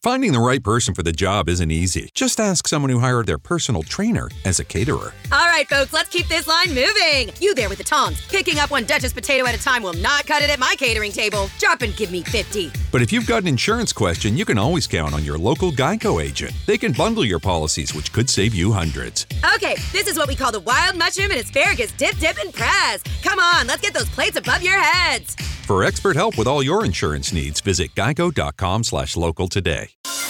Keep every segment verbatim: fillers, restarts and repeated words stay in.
Finding the right person for the job isn't easy. Just ask someone who hired their personal trainer as a caterer. All right, folks, let's keep this line moving. You there with the tongs. Picking up one Duchess potato at a time will not cut it at my catering table. Drop and give me fifty. But if you've got an insurance question, you can always count on your local Geico agent. They can bundle your policies, which could save you hundreds. Okay, this is what we call the wild mushroom and asparagus dip, dip, and press. Come on, let's get those plates above your heads. For expert help with all your insurance needs, visit geico.com slash local today.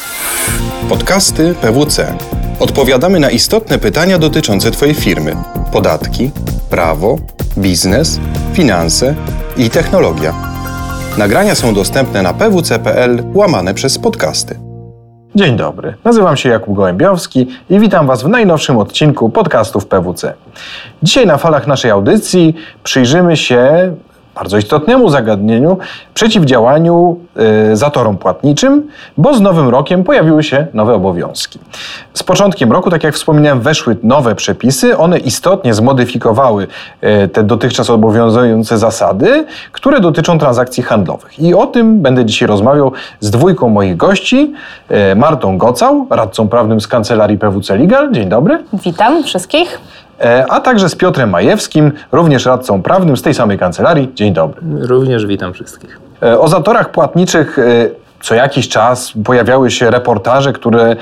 Podcasty P W C. Odpowiadamy na istotne pytania dotyczące Twojej firmy. Podatki, prawo, biznes, finanse i technologia. Nagrania są dostępne na pwc.pl łamane przez podcasty. Dzień dobry, nazywam się Jakub Gołębiowski i witam Was w najnowszym odcinku podcastów P W C. Dzisiaj na falach naszej audycji przyjrzymy się bardzo istotnemu zagadnieniu, przeciwdziałaniu y, zatorom płatniczym, bo z nowym rokiem pojawiły się nowe obowiązki. Z początkiem roku, tak jak wspominałem, weszły nowe przepisy. One istotnie zmodyfikowały y, te dotychczas obowiązujące zasady, które dotyczą transakcji handlowych. I o tym będę dzisiaj rozmawiał z dwójką moich gości. Y, Martą Gocał, radcą prawnym z Kancelarii P W C Legal. Dzień dobry. Witam wszystkich. A także z Piotrem Majewskim, również radcą prawnym z tej samej kancelarii. Dzień dobry. Również witam wszystkich. O zatorach płatniczych co jakiś czas pojawiały się reportaże, które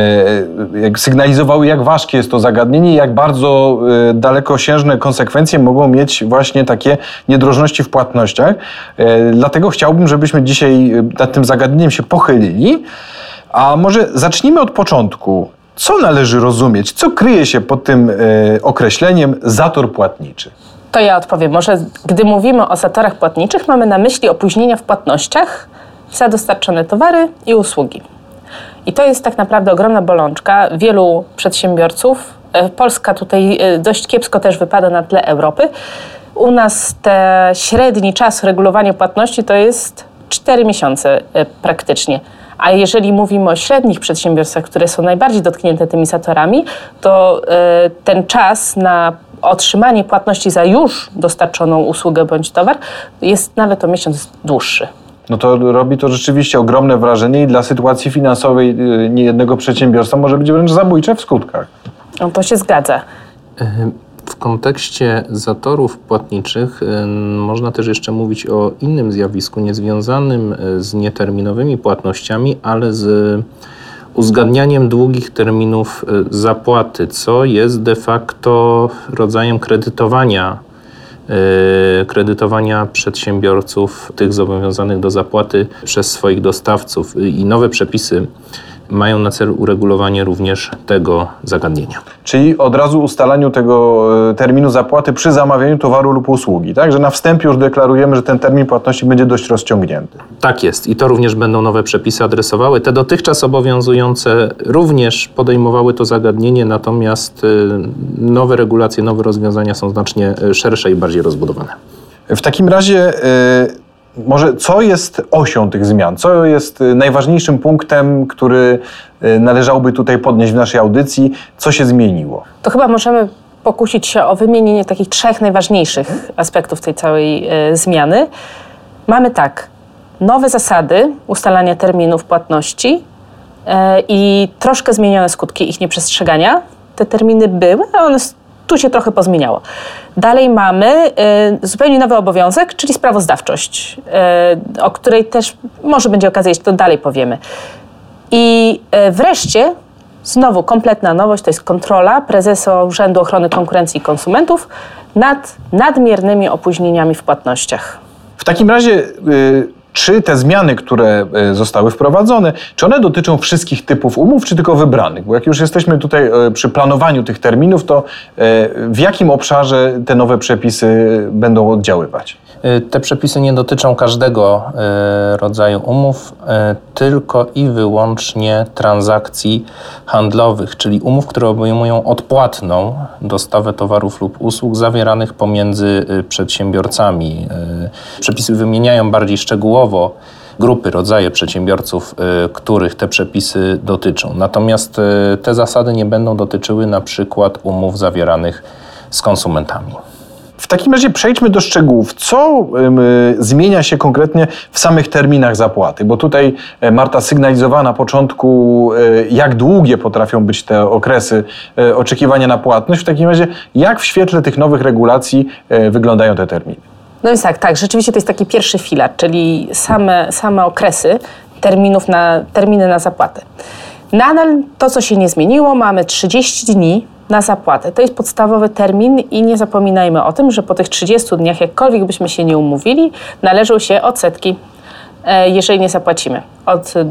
sygnalizowały, jak ważkie jest to zagadnienie i jak bardzo dalekosiężne konsekwencje mogą mieć właśnie takie niedrożności w płatnościach. Dlatego chciałbym, żebyśmy dzisiaj nad tym zagadnieniem się pochylili. A może zacznijmy od początku. Co należy rozumieć? Co kryje się pod tym e, określeniem zator płatniczy? To ja odpowiem. Może gdy mówimy o zatorach płatniczych, mamy na myśli opóźnienia w płatnościach za dostarczone towary i usługi. I to jest tak naprawdę ogromna bolączka wielu przedsiębiorców. E, Polska tutaj e, dość kiepsko też wypada na tle Europy. U nas te średni czas regulowania płatności to jest cztery miesiące e, praktycznie. A jeżeli mówimy o średnich przedsiębiorstwach, które są najbardziej dotknięte tymi zatorami, to y, ten czas na otrzymanie płatności za już dostarczoną usługę bądź towar jest nawet o miesiąc dłuższy. No to robi to rzeczywiście ogromne wrażenie i dla sytuacji finansowej y, niejednego przedsiębiorstwa może być wręcz zabójcze w skutkach. No to się zgadza. W kontekście zatorów płatniczych y, można też jeszcze mówić o innym zjawisku niezwiązanym z nieterminowymi płatnościami, ale z uzgadnianiem długich terminów zapłaty, co jest de facto rodzajem kredytowania, y, kredytowania przedsiębiorców, tych zobowiązanych do zapłaty przez swoich dostawców. I nowe przepisy mają na celu uregulowanie również tego zagadnienia. Czyli od razu ustalaniu tego terminu zapłaty przy zamawianiu towaru lub usługi, tak? Że na wstępie już deklarujemy, że ten termin płatności będzie dość rozciągnięty. Tak jest i to również będą nowe przepisy adresowały. Te dotychczas obowiązujące również podejmowały to zagadnienie, natomiast nowe regulacje, nowe rozwiązania są znacznie szersze i bardziej rozbudowane. W takim razie y- może co jest osią tych zmian? Co jest najważniejszym punktem, który należałoby tutaj podnieść w naszej audycji? Co się zmieniło? To chyba możemy pokusić się o wymienienie takich trzech najważniejszych aspektów tej całej y, zmiany. Mamy tak, nowe zasady ustalania terminów płatności y, i troszkę zmienione skutki ich nieprzestrzegania. Te terminy były, a one tu się trochę pozmieniało. Dalej mamy y, zupełnie nowy obowiązek, czyli sprawozdawczość, y, o której też może będzie okazja, że to dalej powiemy. I y, wreszcie znowu kompletna nowość, to jest kontrola prezesa Urzędu Ochrony Konkurencji i Konsumentów nad nadmiernymi opóźnieniami w płatnościach. W takim razie y- czy te zmiany, które zostały wprowadzone, czy one dotyczą wszystkich typów umów, czy tylko wybranych? Bo jak już jesteśmy tutaj przy planowaniu tych terminów, to w jakim obszarze te nowe przepisy będą oddziaływać? Te przepisy nie dotyczą każdego rodzaju umów, tylko i wyłącznie transakcji handlowych, czyli umów, które obejmują odpłatną dostawę towarów lub usług zawieranych pomiędzy przedsiębiorcami. Przepisy wymieniają bardziej szczegółowo grupy, rodzaje przedsiębiorców, których te przepisy dotyczą. Natomiast te zasady nie będą dotyczyły na przykład umów zawieranych z konsumentami. W takim razie przejdźmy do szczegółów. Co y, zmienia się konkretnie w samych terminach zapłaty? Bo tutaj Marta sygnalizowała na początku, y, jak długie potrafią być te okresy y, oczekiwania na płatność. W takim razie, jak w świetle tych nowych regulacji y, wyglądają te terminy? No więc tak, tak, rzeczywiście to jest taki pierwszy filar, czyli same, same okresy terminów na, terminy na zapłatę. Nadal to, co się nie zmieniło, mamy trzydzieści dni na zapłatę. To jest podstawowy termin i nie zapominajmy o tym, że po tych trzydziestu dniach, jakkolwiek byśmy się nie umówili, należą się odsetki, jeżeli nie zapłacimy, od y, y,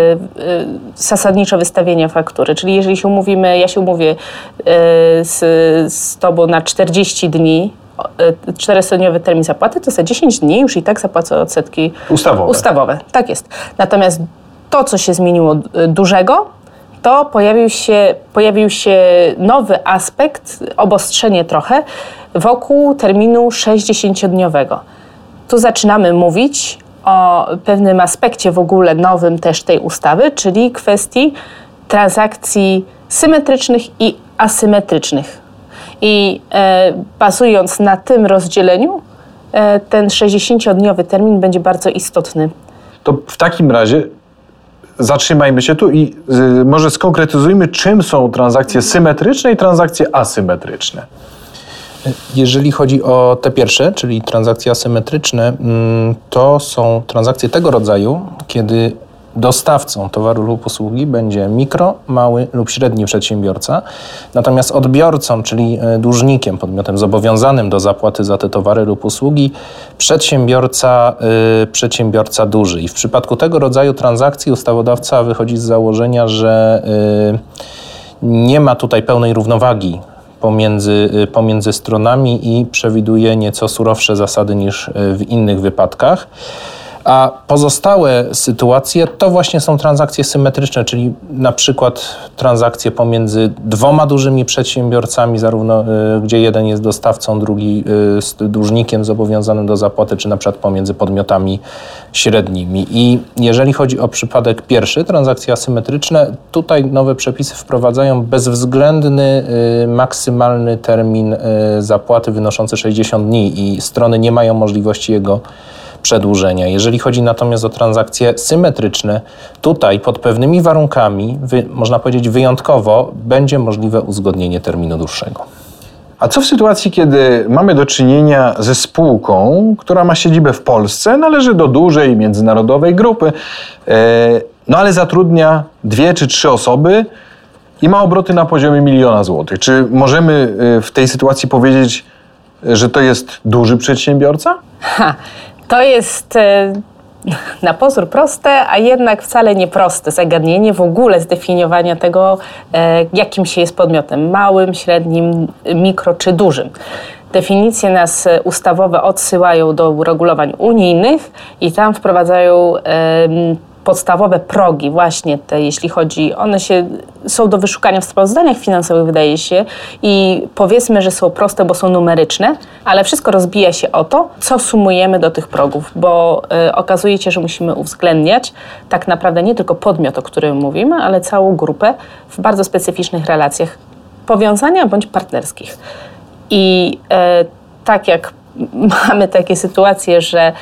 zasadniczo wystawienia faktury. Czyli jeżeli się umówimy, ja się umówię y, z, z Tobą na czterdzieści dni, czterostudniowy termin zapłaty, to za dziesięć dni już i tak zapłacę odsetki ustawowe. ustawowe. Tak jest. Natomiast to, co się zmieniło dużego, to pojawił się, pojawił się nowy aspekt, obostrzenie trochę, wokół terminu sześćdziesięciodniowego. Tu zaczynamy mówić o pewnym aspekcie w ogóle nowym też tej ustawy, czyli kwestii transakcji symetrycznych i asymetrycznych. I e, bazując na tym rozdzieleniu, e, ten sześćdziesięciodniowy termin będzie bardzo istotny. To w takim razie zatrzymajmy się tu i y, może skonkretyzujmy, czym są transakcje symetryczne i transakcje asymetryczne. Jeżeli chodzi o te pierwsze, czyli transakcje asymetryczne, to są transakcje tego rodzaju, kiedy dostawcą towaru lub usługi będzie mikro, mały lub średni przedsiębiorca, natomiast odbiorcą, czyli dłużnikiem, podmiotem zobowiązanym do zapłaty za te towary lub usługi, przedsiębiorca, yy, przedsiębiorca duży. I w przypadku tego rodzaju transakcji ustawodawca wychodzi z założenia, że yy, nie ma tutaj pełnej równowagi pomiędzy, yy, pomiędzy stronami i przewiduje nieco surowsze zasady niż yy, w innych wypadkach. A pozostałe sytuacje to właśnie są transakcje symetryczne, czyli na przykład transakcje pomiędzy dwoma dużymi przedsiębiorcami, zarówno y, gdzie jeden jest dostawcą, drugi y, dłużnikiem zobowiązanym do zapłaty, czy na przykład pomiędzy podmiotami średnimi. I jeżeli chodzi o przypadek pierwszy, transakcje asymetryczne, tutaj nowe przepisy wprowadzają bezwzględny y, maksymalny termin y, zapłaty wynoszący sześćdziesiąt dni i strony nie mają możliwości jego przedłużenia. Jeżeli chodzi natomiast o transakcje symetryczne, tutaj pod pewnymi warunkami, wy, można powiedzieć wyjątkowo, będzie możliwe uzgodnienie terminu dłuższego. A co w sytuacji, kiedy mamy do czynienia ze spółką, która ma siedzibę w Polsce, należy do dużej międzynarodowej grupy, no ale zatrudnia dwie czy trzy osoby i ma obroty na poziomie miliona złotych. Czy możemy w tej sytuacji powiedzieć, że to jest duży przedsiębiorca? Ha. To jest e, na pozór proste, a jednak wcale nieproste zagadnienie w ogóle zdefiniowania tego, e, jakim się jest podmiotem, małym, średnim, mikro czy dużym. Definicje nas ustawowe odsyłają do uregulowań unijnych i tam wprowadzają e, podstawowe progi właśnie te, jeśli chodzi, one się, są do wyszukania w sprawozdaniach finansowych, wydaje się, i powiedzmy, że są proste, bo są numeryczne, ale wszystko rozbija się o to, co sumujemy do tych progów, bo y, okazuje się, że musimy uwzględniać tak naprawdę nie tylko podmiot, o którym mówimy, ale całą grupę w bardzo specyficznych relacjach powiązania bądź partnerskich. I y, tak jak mamy takie sytuacje, że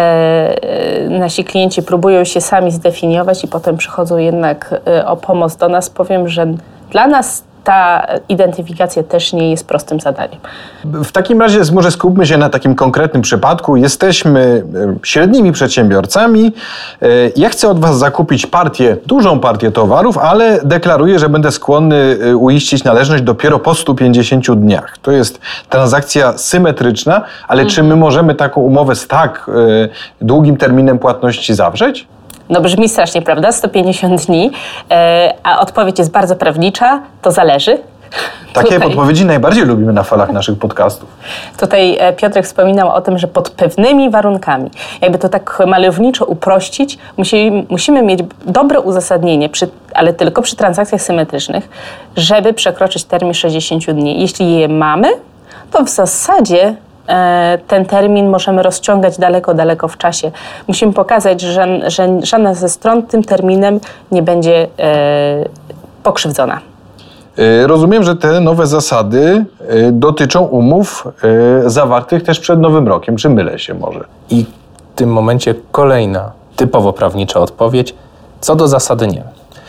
e, nasi klienci próbują się sami zdefiniować i potem przychodzą jednak e, o pomoc do nas. Powiem, że dla nas ta identyfikacja też nie jest prostym zadaniem. W takim razie może skupmy się na takim konkretnym przypadku. Jesteśmy średnimi przedsiębiorcami. Ja chcę od Was zakupić partię, dużą partię towarów, ale deklaruję, że będę skłonny uiścić należność dopiero po stu pięćdziesięciu dniach. To jest transakcja symetryczna, ale mhm. czy my możemy taką umowę z tak długim terminem płatności zawrzeć? No brzmi strasznie, prawda? sto pięćdziesiąt dni, e, a odpowiedź jest bardzo prawnicza, to zależy. Takie Tutaj. podpowiedzi najbardziej lubimy na falach naszych podcastów. Tutaj Piotrek wspominał o tym, że pod pewnymi warunkami, jakby to tak malowniczo uprościć, musi, musimy mieć dobre uzasadnienie, przy, ale tylko przy transakcjach symetrycznych, żeby przekroczyć termin sześćdziesięciu dni. Jeśli je mamy, to w zasadzie ten termin możemy rozciągać daleko, daleko w czasie. Musimy pokazać, że, że żadna ze stron tym terminem nie będzie e, pokrzywdzona. Rozumiem, że te nowe zasady dotyczą umów zawartych też przed Nowym Rokiem. Czy mylę się może? I w tym momencie kolejna typowo prawnicza odpowiedź. Co do zasady nie.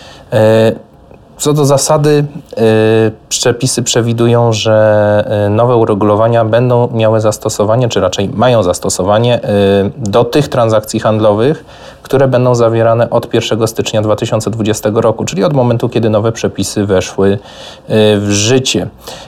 Co do zasady przepisy przewidują, że nowe uregulowania będą miały zastosowanie, czy raczej mają zastosowanie do tych transakcji handlowych, które będą zawierane od pierwszego stycznia dwa tysiące dwudziestego roku, czyli od momentu, kiedy nowe przepisy weszły w życie.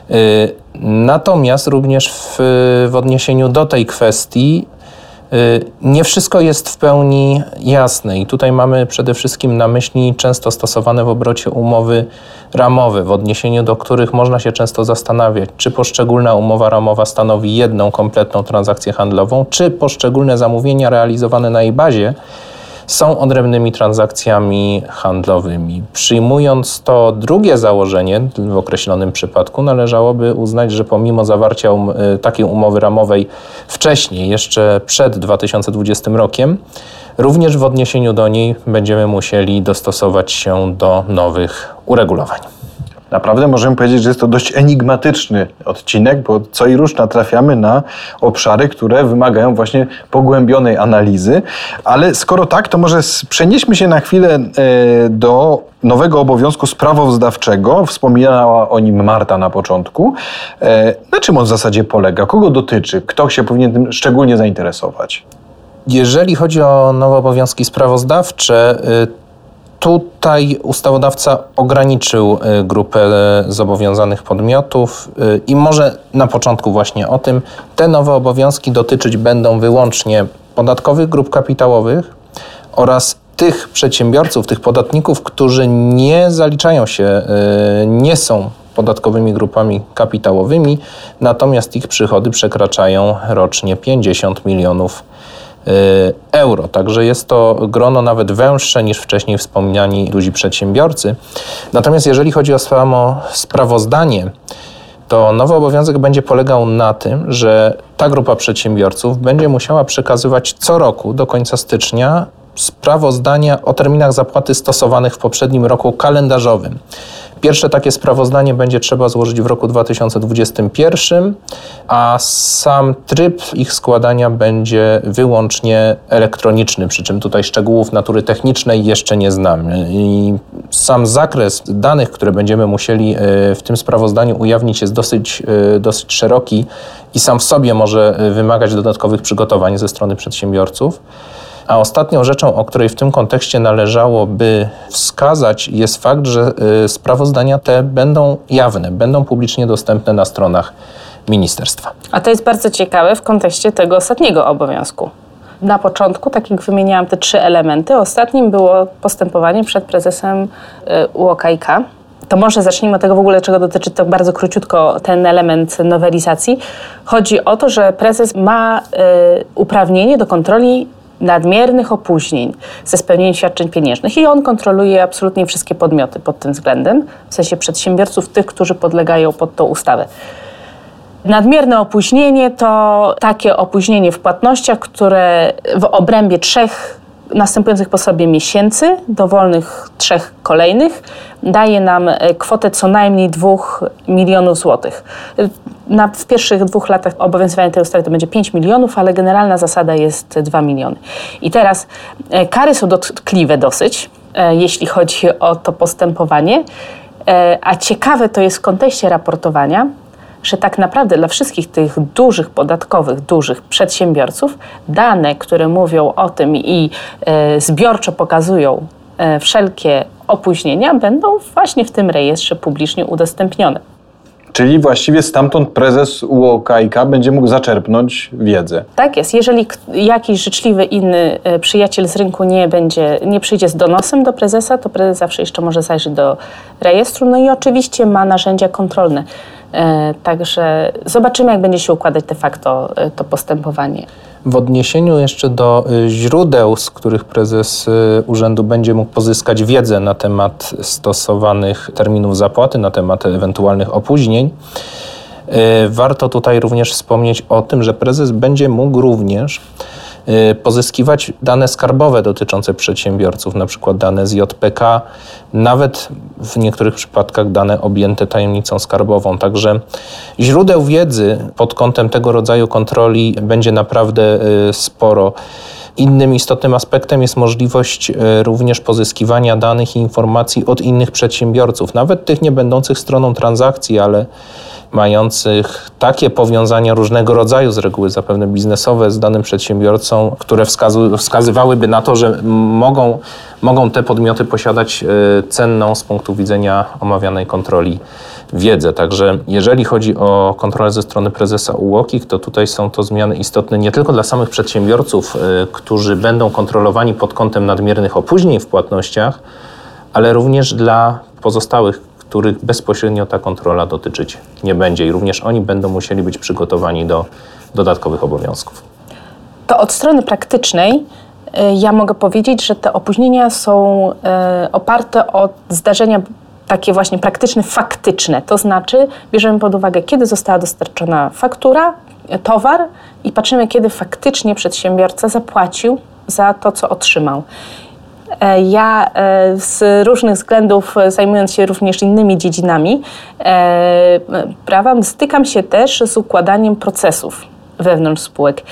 Natomiast również w, w odniesieniu do tej kwestii nie wszystko jest w pełni jasne i tutaj mamy przede wszystkim na myśli często stosowane w obrocie umowy ramowe, w odniesieniu do których można się często zastanawiać, czy poszczególna umowa ramowa stanowi jedną kompletną transakcję handlową, czy poszczególne zamówienia realizowane na jej bazie są odrębnymi transakcjami handlowymi. Przyjmując to drugie założenie, w określonym przypadku należałoby uznać, że pomimo zawarcia um, takiej umowy ramowej wcześniej, jeszcze przed dwa tysiące dwudziestym rokiem, również w odniesieniu do niej będziemy musieli dostosować się do nowych uregulowań. Naprawdę możemy powiedzieć, że jest to dość enigmatyczny odcinek, bo co i rusz natrafiamy na obszary, które wymagają właśnie pogłębionej analizy. Ale skoro tak, to może przenieśmy się na chwilę do nowego obowiązku sprawozdawczego. Wspominała o nim Marta na początku. Na czym on w zasadzie polega? Kogo dotyczy? Kto się powinien tym szczególnie zainteresować? Jeżeli chodzi o nowe obowiązki sprawozdawcze, tutaj ustawodawca ograniczył grupę zobowiązanych podmiotów i może na początku właśnie o tym. Te nowe obowiązki dotyczyć będą wyłącznie podatkowych grup kapitałowych oraz tych przedsiębiorców, tych podatników, którzy nie zaliczają się, nie są podatkowymi grupami kapitałowymi, natomiast ich przychody przekraczają rocznie pięćdziesiąt milionów euro. Także jest to grono nawet węższe niż wcześniej wspomniani duzi przedsiębiorcy. Natomiast jeżeli chodzi o samo sprawozdanie, to nowy obowiązek będzie polegał na tym, że ta grupa przedsiębiorców będzie musiała przekazywać co roku do końca stycznia sprawozdania o terminach zapłaty stosowanych w poprzednim roku kalendarzowym. Pierwsze takie sprawozdanie będzie trzeba złożyć w roku dwa tysiące dwudziestym pierwszym, a sam tryb ich składania będzie wyłącznie elektroniczny, przy czym tutaj szczegółów natury technicznej jeszcze nie znamy. I sam zakres danych, które będziemy musieli w tym sprawozdaniu ujawnić, jest dosyć, dosyć szeroki i sam w sobie może wymagać dodatkowych przygotowań ze strony przedsiębiorców. A ostatnią rzeczą, o której w tym kontekście należałoby wskazać, jest fakt, że sprawozdania te będą jawne, będą publicznie dostępne na stronach ministerstwa. A to jest bardzo ciekawe w kontekście tego ostatniego obowiązku. Na początku, tak jak wymieniałam te trzy elementy, ostatnim było postępowanie przed prezesem U O K i K. To może zacznijmy od tego w ogóle, czego dotyczy to bardzo króciutko ten element nowelizacji. Chodzi o to, że prezes ma y, uprawnienie do kontroli nadmiernych opóźnień ze spełnieniem świadczeń pieniężnych i on kontroluje absolutnie wszystkie podmioty pod tym względem, w sensie przedsiębiorców, tych, którzy podlegają pod tą ustawę. Nadmierne opóźnienie to takie opóźnienie w płatnościach, które w obrębie trzech następujących po sobie miesięcy, dowolnych trzech kolejnych, daje nam kwotę co najmniej dwóch milionów złotych. Na, w pierwszych dwóch latach obowiązywania tej ustawy to będzie pięć milionów, ale generalna zasada jest dwa miliony. I teraz e, kary są dotkliwe dosyć, e, jeśli chodzi o to postępowanie, e, a ciekawe to jest w kontekście raportowania, że tak naprawdę dla wszystkich tych dużych podatkowych, dużych przedsiębiorców dane, które mówią o tym i e, zbiorczo pokazują e, wszelkie opóźnienia, będą właśnie w tym rejestrze publicznie udostępnione. Czyli właściwie stamtąd prezes U O K i K będzie mógł zaczerpnąć wiedzę. Tak jest. Jeżeli jakiś życzliwy inny przyjaciel z rynku nie będzie, nie przyjdzie z donosem do prezesa, to prezes zawsze jeszcze może zajrzeć do rejestru. No i oczywiście ma narzędzia kontrolne. Także zobaczymy, jak będzie się układać de facto to postępowanie. W odniesieniu jeszcze do źródeł, z których prezes urzędu będzie mógł pozyskać wiedzę na temat stosowanych terminów zapłaty, na temat ewentualnych opóźnień, warto tutaj również wspomnieć o tym, że prezes będzie mógł również pozyskiwać dane skarbowe dotyczące przedsiębiorców, na przykład dane z J P K, nawet w niektórych przypadkach dane objęte tajemnicą skarbową. Także źródeł wiedzy pod kątem tego rodzaju kontroli będzie naprawdę sporo. Innym istotnym aspektem jest możliwość również pozyskiwania danych i informacji od innych przedsiębiorców, nawet tych nie będących stroną transakcji, ale mających takie powiązania różnego rodzaju, z reguły zapewne biznesowe, z danym przedsiębiorcą, które wskazu- wskazywałyby na to, że mogą, mogą te podmioty posiadać cenną z punktu widzenia omawianej kontroli wiedzę. Także jeżeli chodzi o kontrolę ze strony prezesa U O K I K, to tutaj są to zmiany istotne nie tylko dla samych przedsiębiorców, którzy będą kontrolowani pod kątem nadmiernych opóźnień w płatnościach, ale również dla pozostałych, których bezpośrednio ta kontrola dotyczyć nie będzie i również oni będą musieli być przygotowani do dodatkowych obowiązków. To od strony praktycznej ja mogę powiedzieć, że te opóźnienia są oparte o zdarzenia takie właśnie praktyczne, faktyczne. To znaczy bierzemy pod uwagę, kiedy została dostarczona faktura, towar i patrzymy, kiedy faktycznie przedsiębiorca zapłacił za to, co otrzymał. Ja z różnych względów, zajmując się również innymi dziedzinami prawa, stykam się też z układaniem procesów wewnątrz spółek.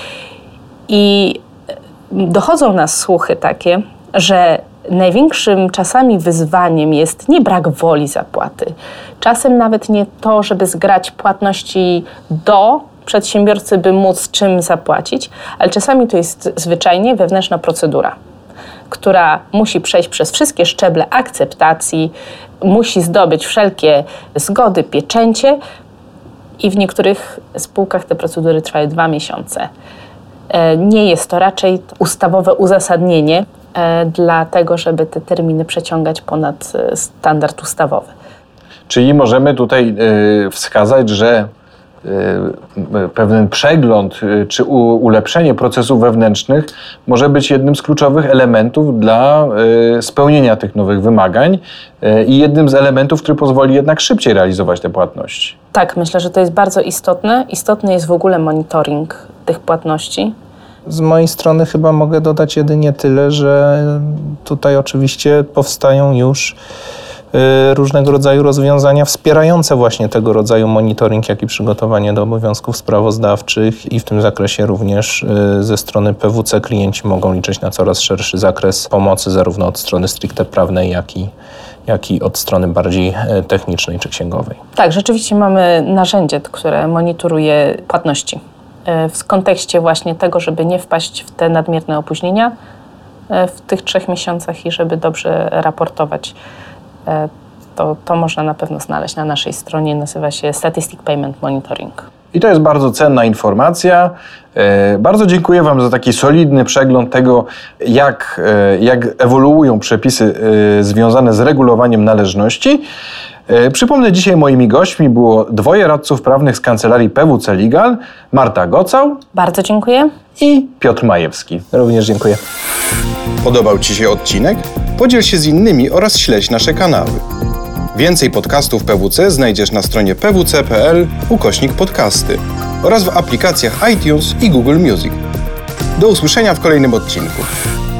I dochodzą nas słuchy takie, że największym czasami wyzwaniem jest nie brak woli zapłaty. Czasem nawet nie to, żeby zgrać płatności do przedsiębiorcy, by móc czym zapłacić, ale czasami to jest zwyczajnie wewnętrzna procedura, która musi przejść przez wszystkie szczeble akceptacji, musi zdobyć wszelkie zgody, pieczęcie i w niektórych spółkach te procedury trwają dwa miesiące. Nie jest to raczej ustawowe uzasadnienie dla tego, żeby te terminy przeciągać ponad standard ustawowy. Czyli możemy tutaj wskazać, że pewien przegląd czy ulepszenie procesów wewnętrznych może być jednym z kluczowych elementów dla spełnienia tych nowych wymagań i jednym z elementów, który pozwoli jednak szybciej realizować te płatności. Tak, myślę, że to jest bardzo istotne. Istotny jest w ogóle monitoring tych płatności. Z mojej strony chyba mogę dodać jedynie tyle, że tutaj oczywiście powstają już różnego rodzaju rozwiązania wspierające właśnie tego rodzaju monitoring, jak i przygotowanie do obowiązków sprawozdawczych i w tym zakresie również ze strony P W C klienci mogą liczyć na coraz szerszy zakres pomocy zarówno od strony stricte prawnej, jak i, jak i od strony bardziej technicznej czy księgowej. Tak, rzeczywiście mamy narzędzie, które monitoruje płatności w kontekście właśnie tego, żeby nie wpaść w te nadmierne opóźnienia w tych trzech miesiącach i żeby dobrze raportować. To, to można na pewno znaleźć na naszej stronie, nazywa się Statistic Payment Monitoring. I to jest bardzo cenna informacja. Bardzo dziękuję Wam za taki solidny przegląd tego, jak, jak ewoluują przepisy związane z regulowaniem należności. Przypomnę, dzisiaj moimi gośćmi było dwoje radców prawnych z kancelarii P W C Legal, Marta Gocał. Bardzo dziękuję. I Piotr Majewski. Również dziękuję. Podobał Ci się odcinek? Podziel się z innymi oraz śledź nasze kanały. Więcej podcastów P W C znajdziesz na stronie p w c kropka p l ukośnik podcasty oraz w aplikacjach iTunes i Google Music. Do usłyszenia w kolejnym odcinku.